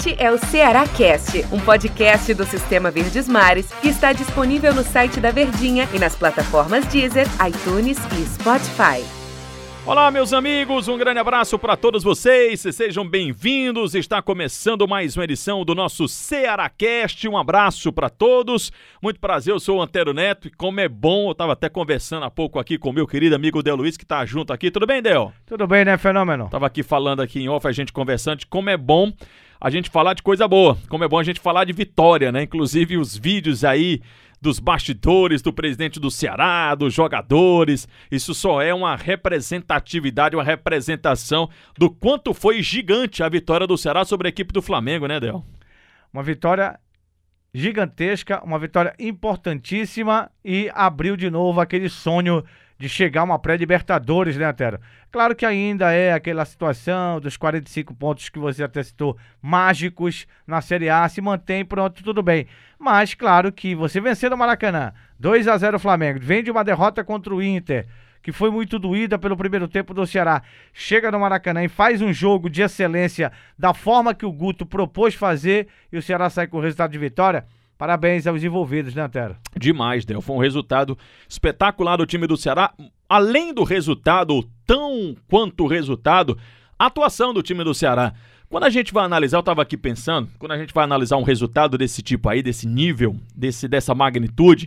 Este é o Ceará Cast, um podcast do Sistema Verdes Mares que está disponível no site da Verdinha e nas plataformas Deezer, iTunes e Spotify. Olá, meus amigos, um grande abraço para todos vocês, sejam bem-vindos, está começando mais uma edição do nosso Ceará Cast, um abraço para todos, muito prazer, eu sou o Antero Neto e como é bom, eu estava até conversando há pouco aqui com o meu querido amigo Del Luiz, que está junto aqui, tudo bem, Del? Tudo bem, né, Fenômeno? Tava aqui falando aqui em off, a gente conversando de como é bom a gente falar de coisa boa, como é bom a gente falar de vitória, né, inclusive os vídeos aí dos bastidores, do presidente do Ceará, dos jogadores, isso só é uma representatividade, uma representação do quanto foi gigante a vitória do Ceará sobre a equipe do Flamengo, né, Del? Uma vitória gigantesca, uma vitória importantíssima e abriu de novo aquele sonho de chegar a uma pré-Libertadores, né, Antero? Claro que ainda é aquela situação dos 45 pontos que você até citou, mágicos na Série A, se mantém, pronto, tudo bem. Mas, claro que você vencendo o Maracanã, 2-0 Flamengo, vem de uma derrota contra o Inter, que foi muito doída pelo primeiro tempo do Ceará, chega no Maracanã e faz um jogo de excelência da forma que o Guto propôs fazer e o Ceará sai com o resultado de vitória. Parabéns aos envolvidos, né, Antero? Demais, Del. Foi um resultado espetacular do time do Ceará. Além do resultado, tão quanto o resultado, a atuação do time do Ceará. Quando a gente vai analisar, eu estava aqui pensando, quando a gente vai analisar um resultado desse tipo aí, desse nível, dessa magnitude,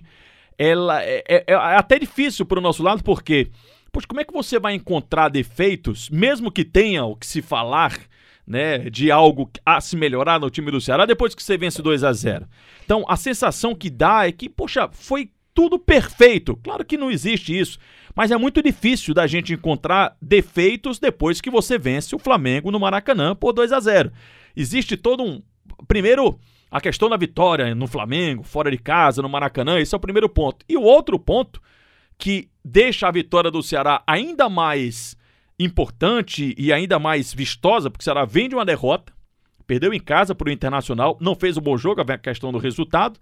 ela é até difícil para o nosso lado, porque, poxa, como é que você vai encontrar defeitos, mesmo que tenha o que se falar, né, de algo a se melhorar no time do Ceará depois que você vence 2-0. Então, a sensação que dá é que, poxa, foi tudo perfeito. Claro que não existe isso, mas é muito difícil da gente encontrar defeitos depois que você vence o Flamengo no Maracanã por 2-0. Existe todo um... Primeiro, a questão da vitória no Flamengo, fora de casa, no Maracanã, esse é o primeiro ponto. E o outro ponto que deixa a vitória do Ceará ainda mais importante e ainda mais vistosa, porque o Ceará vem de uma derrota, perdeu em casa para o Internacional, não fez um bom jogo, a questão do resultado,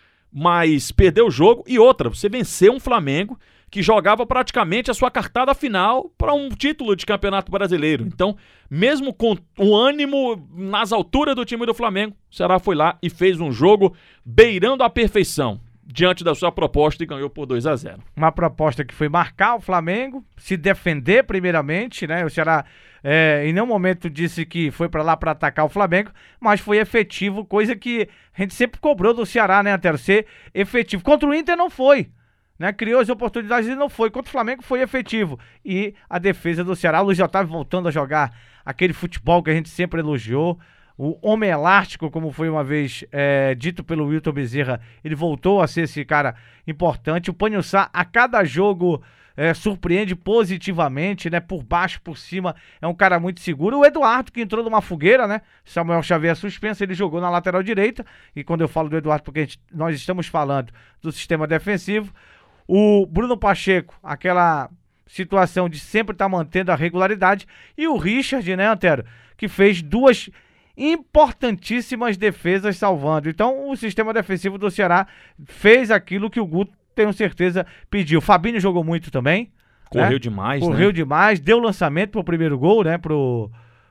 mas perdeu o jogo. E outra, você venceu um Flamengo que jogava praticamente a sua cartada final para um título de Campeonato Brasileiro. Então, mesmo com o ânimo nas alturas do time do Flamengo, o Ceará foi lá e fez um jogo beirando a perfeição diante da sua proposta e ganhou por 2-0. Uma proposta que foi marcar o Flamengo, se defender primeiramente, né? O Ceará em nenhum momento disse que foi pra lá pra atacar o Flamengo, mas foi efetivo, coisa que a gente sempre cobrou do Ceará, né, Antero? Ser efetivo. Contra o Inter não foi, né? Criou as oportunidades e não foi. Contra o Flamengo foi efetivo. E a defesa do Ceará, o Luiz Otávio voltando a jogar aquele futebol que a gente sempre elogiou. O homem elástico, como foi uma vez dito pelo Wilton Bezerra, ele voltou a ser esse cara importante. O Panhussá, a cada jogo, surpreende positivamente, né? Por baixo, por cima, é um cara muito seguro. O Eduardo, que entrou numa fogueira, né? Samuel Xavier suspenso, ele jogou na lateral direita. E quando eu falo do Eduardo, porque nós estamos falando do sistema defensivo. O Bruno Pacheco, aquela situação de sempre estar mantendo a regularidade. E o Richard, né, Antero? Que fez duas importantíssimas defesas salvando. Então o sistema defensivo do Ceará fez aquilo que o Guto, tenho certeza, pediu. O Fabinho jogou muito também. Correu, né? demais, Correu demais, deu lançamento pro primeiro gol, né? Pro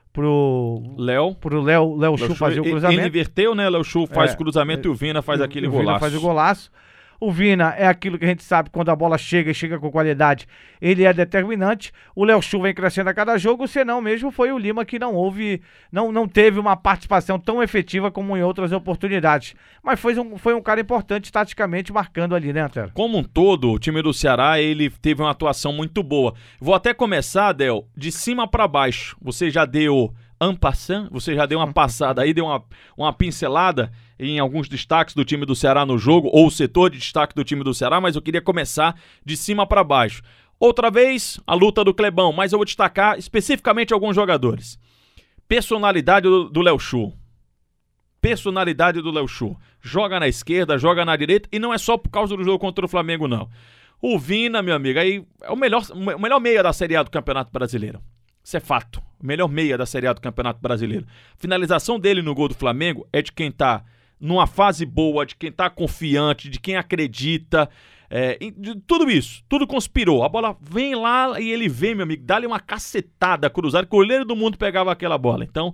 Léo Chu fazer o cruzamento. Ele inverteu, né? Léo Chu faz o cruzamento e o Vina faz aquele golaço. O Vina faz o golaço. O Vina é aquilo que a gente sabe, quando a bola chega e chega com qualidade, ele é determinante. O Léo Chu vem crescendo a cada jogo, senão mesmo foi o Lima que não teve uma participação tão efetiva como em outras oportunidades. Mas foi um cara importante taticamente marcando ali, né, Antero? Como um todo, o time do Ceará, ele teve uma atuação muito boa. Vou até começar, Del, de cima para baixo. Você já deu você já deu uma passada aí, deu uma pincelada em alguns destaques do time do Ceará no jogo, ou o setor de destaque do time do Ceará, mas eu queria começar de cima para baixo. Outra vez, a luta do Clebão, mas eu vou destacar especificamente alguns jogadores. Personalidade do Léo Chu. Personalidade do Léo Chu. Joga na esquerda, joga na direita, e não é só por causa do jogo contra o Flamengo, não. O Vina, meu amigo, aí é o melhor meia da Série A do Campeonato Brasileiro. Isso é fato. O melhor meia da Série A do Campeonato Brasileiro. Finalização dele no gol do Flamengo é de quem tá numa fase boa, de quem tá confiante, de quem acredita. De tudo isso. Tudo conspirou. A bola vem lá e ele vem, meu amigo, dá-lhe uma cacetada cruzada, que o goleiro do mundo pegava aquela bola. Então,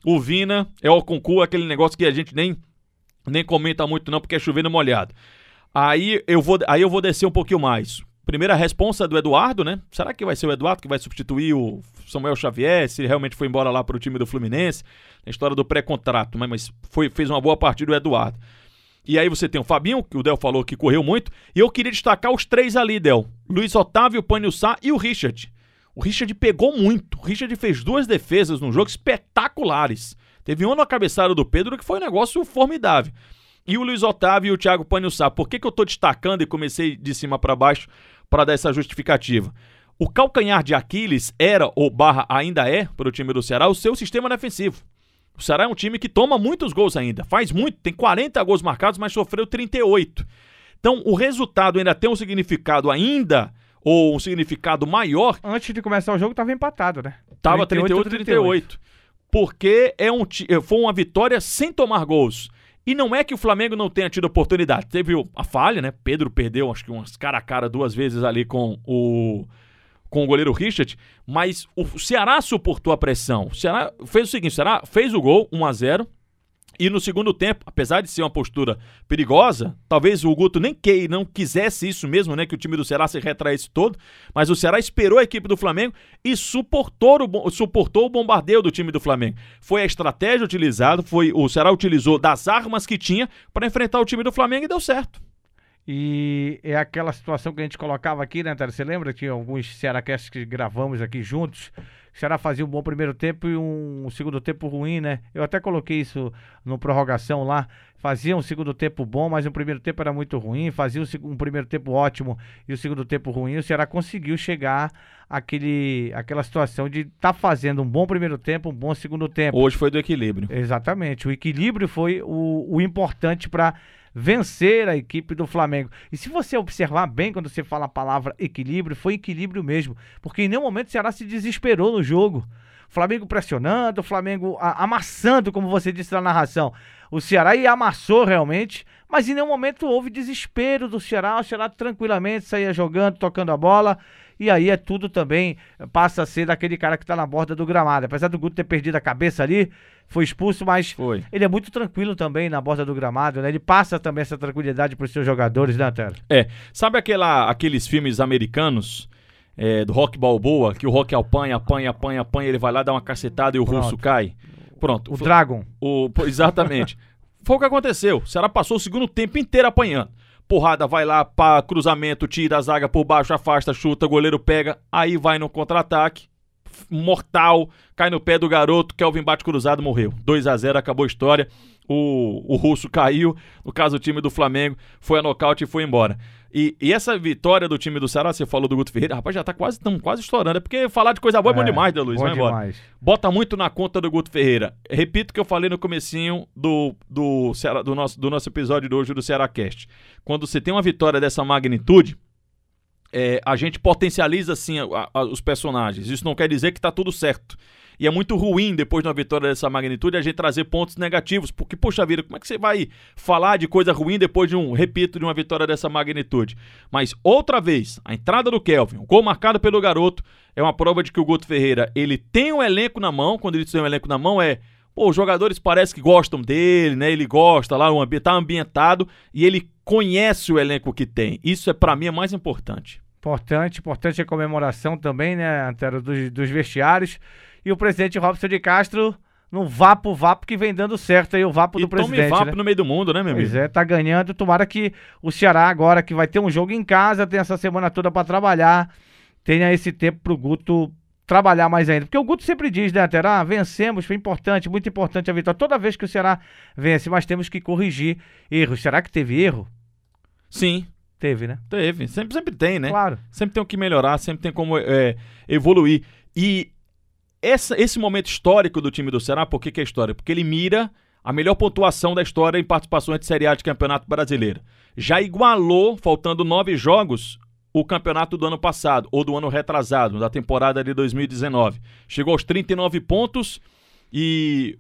o Vina, é o concurso, aquele negócio que a gente nem comenta muito não, porque é chovendo molhado. Aí eu vou descer um pouquinho mais. Primeira responsa do Eduardo, né? Será que vai ser o Eduardo que vai substituir o Samuel Xavier, se ele realmente foi embora lá para o time do Fluminense? A história do pré-contrato, mas fez uma boa partida o Eduardo. E aí você tem o Fabinho, que o Del falou que correu muito, e eu queria destacar os três ali, Del. Luiz Otávio, Panhussá e o Richard. O Richard pegou muito. O Richard fez 2 defesas num jogo espetaculares. Teve uma na cabeçada do Pedro que foi um negócio formidável. E o Luiz Otávio e o Thiago Panhussá. Por que eu tô destacando e comecei de cima para baixo para dar essa justificativa? O calcanhar de Aquiles era, ou barra ainda é, para o time do Ceará, o seu sistema defensivo. O Ceará é um time que toma muitos gols ainda, faz muito, tem 40 gols marcados, mas sofreu 38. Então, o resultado ainda tem um significado ainda, ou um significado maior. Antes de começar o jogo, estava empatado, né? Tava 38-38. Porque foi uma vitória sem tomar gols. E não é que o Flamengo não tenha tido oportunidade. Teve a falha, né? Pedro perdeu, acho que umas cara a cara 2 vezes ali com o goleiro Richard, mas o Ceará suportou a pressão. O Ceará fez o seguinte, o Ceará fez o gol, 1-0, e no segundo tempo, apesar de ser uma postura perigosa, talvez o Guto nem não quisesse isso mesmo, né, que o time do Ceará se retraísse todo, mas o Ceará esperou a equipe do Flamengo e suportou o bombardeio do time do Flamengo. Foi a estratégia utilizada, o Ceará utilizou das armas que tinha para enfrentar o time do Flamengo e deu certo. E é aquela situação que a gente colocava aqui, né, Antero? Você lembra que alguns Cearacasts que gravamos aqui juntos, o Ceará fazia um bom primeiro tempo e um segundo tempo ruim, né? Eu até coloquei isso no prorrogação lá. Fazia um segundo tempo bom, mas o primeiro tempo era muito ruim. Fazia um primeiro tempo ótimo e o segundo tempo ruim. O Ceará conseguiu chegar àquela situação de estar fazendo um bom primeiro tempo, um bom segundo tempo. Hoje foi do equilíbrio. Exatamente. O equilíbrio foi o importante para vencer a equipe do Flamengo. E se você observar bem quando você fala a palavra equilíbrio, foi equilíbrio mesmo, porque em nenhum momento o Ceará se desesperou no jogo. O Flamengo pressionando, o Flamengo amassando, como você disse na narração. O Ceará amassou realmente, mas em nenhum momento houve desespero do Ceará. O Ceará tranquilamente saía jogando, tocando a bola. E aí tudo também passa a ser daquele cara que tá na borda do gramado. Apesar do Guto ter perdido a cabeça ali, foi expulso, mas ele é muito tranquilo também na borda do gramado, né? Ele passa também essa tranquilidade pros seus jogadores, né, Antero? Sabe aqueles filmes americanos do Rock Balboa, que o Rock apanha, ele vai lá, dá uma cacetada e o russo cai? Pronto. O Dragon. Exatamente. Foi o que aconteceu. O Ceará passou o segundo tempo inteiro apanhando. Porrada, vai lá, para cruzamento, tira a zaga por baixo, afasta, chuta, goleiro pega, aí vai no contra-ataque, mortal, cai no pé do garoto, Kelvin bate cruzado, morreu. 2-0, acabou a história, o russo caiu, no caso o time do Flamengo foi a nocaute e foi embora. E essa vitória do time do Ceará, você falou do Guto Ferreira, rapaz, já tá quase estourando, é porque falar de coisa boa é bom demais, né, Luiz? Bom vai embora. Demais. Bota muito na conta do Guto Ferreira. Repito o que eu falei no comecinho do nosso episódio de hoje do Cearacast. Quando você tem uma vitória dessa magnitude, a gente potencializa assim os personagens. Isso não quer dizer que tá tudo certo. E é muito ruim, depois de uma vitória dessa magnitude, a gente trazer pontos negativos. Porque, poxa vida, como é que você vai falar de coisa ruim depois de uma vitória dessa magnitude? Mas, outra vez, a entrada do Kelvin, o gol marcado pelo garoto, é uma prova de que o Guto Ferreira, ele tem um elenco na mão. Quando ele tem um elenco na mão, os jogadores parecem que gostam dele, né? Ele gosta lá, tá ambientado e ele conhece o elenco que tem. Isso, pra mim, é mais importante. Importante a comemoração também, né, Antero, dos vestiários. E o presidente Robson de Castro no vapo que vem dando certo aí, o vapo do presidente. E tome vapo, né? No meio do mundo, né, meu amigo? Pois tá ganhando. Tomara que o Ceará agora, que vai ter um jogo em casa, tem essa semana toda pra trabalhar, tenha esse tempo pro Guto trabalhar mais ainda. Porque o Guto sempre diz, né, Antero, vencemos, foi importante, muito importante a vitória. Toda vez que o Ceará vence, mas temos que corrigir erros. Será que teve erro? Sim. Teve, né? Teve. Sempre tem, né? Claro. Sempre tem o que melhorar, sempre tem como evoluir. E esse momento histórico do time do Ceará, por que é histórico? Porque ele mira a melhor pontuação da história em participações de Série A de Campeonato Brasileiro. Já igualou, faltando 9 jogos, o campeonato do ano passado, ou do ano retrasado, da temporada de 2019. Chegou aos 39 pontos e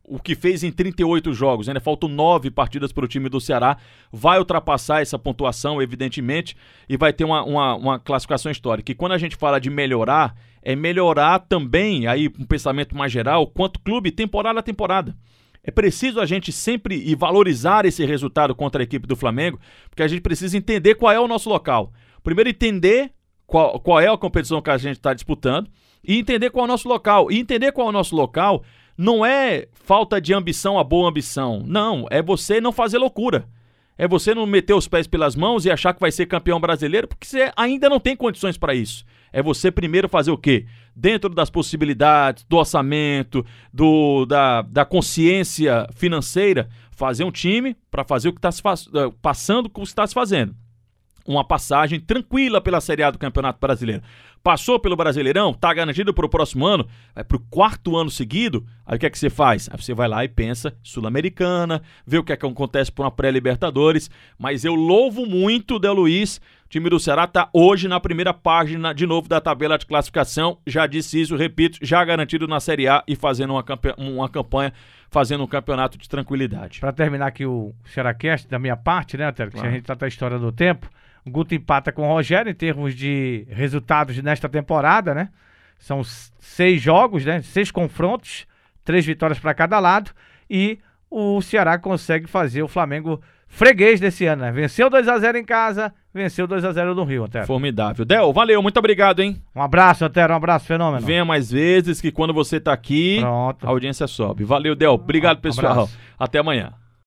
o que fez em 38 jogos, ainda faltam 9 partidas para o time do Ceará, vai ultrapassar essa pontuação, evidentemente, e vai ter uma classificação histórica. E quando a gente fala de melhorar, é melhorar também, aí um pensamento mais geral, quanto clube, temporada a temporada. É preciso a gente sempre valorizar esse resultado contra a equipe do Flamengo, porque a gente precisa entender qual é o nosso local. Primeiro, entender qual é a competição que a gente está disputando e entender qual é o nosso local. E entender qual é o nosso local não é falta de ambição, a boa ambição. Não, é você não fazer loucura. É você não meter os pés pelas mãos e achar que vai ser campeão brasileiro, porque você ainda não tem condições para isso. É você primeiro fazer o quê? Dentro das possibilidades, do orçamento, da consciência financeira, fazer um time para fazer o que está se passando com o que está se fazendo. Uma passagem tranquila pela Série A do Campeonato Brasileiro. Passou pelo Brasileirão, tá garantido para o próximo ano, vai pro 4º ano seguido, aí o que é que você faz? Aí você vai lá e pensa, Sul-Americana, vê o que é que acontece por uma pré-Libertadores, mas eu louvo muito o Del Luiz, o time do Ceará tá hoje na primeira página, de novo, da tabela de classificação, já disse isso, repito, já garantido na Série A e fazendo uma campanha, fazendo um campeonato de tranquilidade. Para terminar aqui o Cearacast, da minha parte, né, Antero, que Claro. a gente trata a história do tempo, o Guto empata com o Rogério em termos de resultados nesta temporada, né? São 6 jogos, né? 6 confrontos, 3 vitórias para cada lado e o Ceará consegue fazer o Flamengo freguês desse ano, né? Venceu 2-0 em casa, venceu 2-0 no Rio, Antero. Formidável. Del, valeu, muito obrigado, hein? Um abraço, Antero, um abraço, fenômeno. Venha mais vezes, que quando você tá aqui, Pronto. a audiência sobe. Valeu, Del. Obrigado, pessoal. abraço. Até amanhã.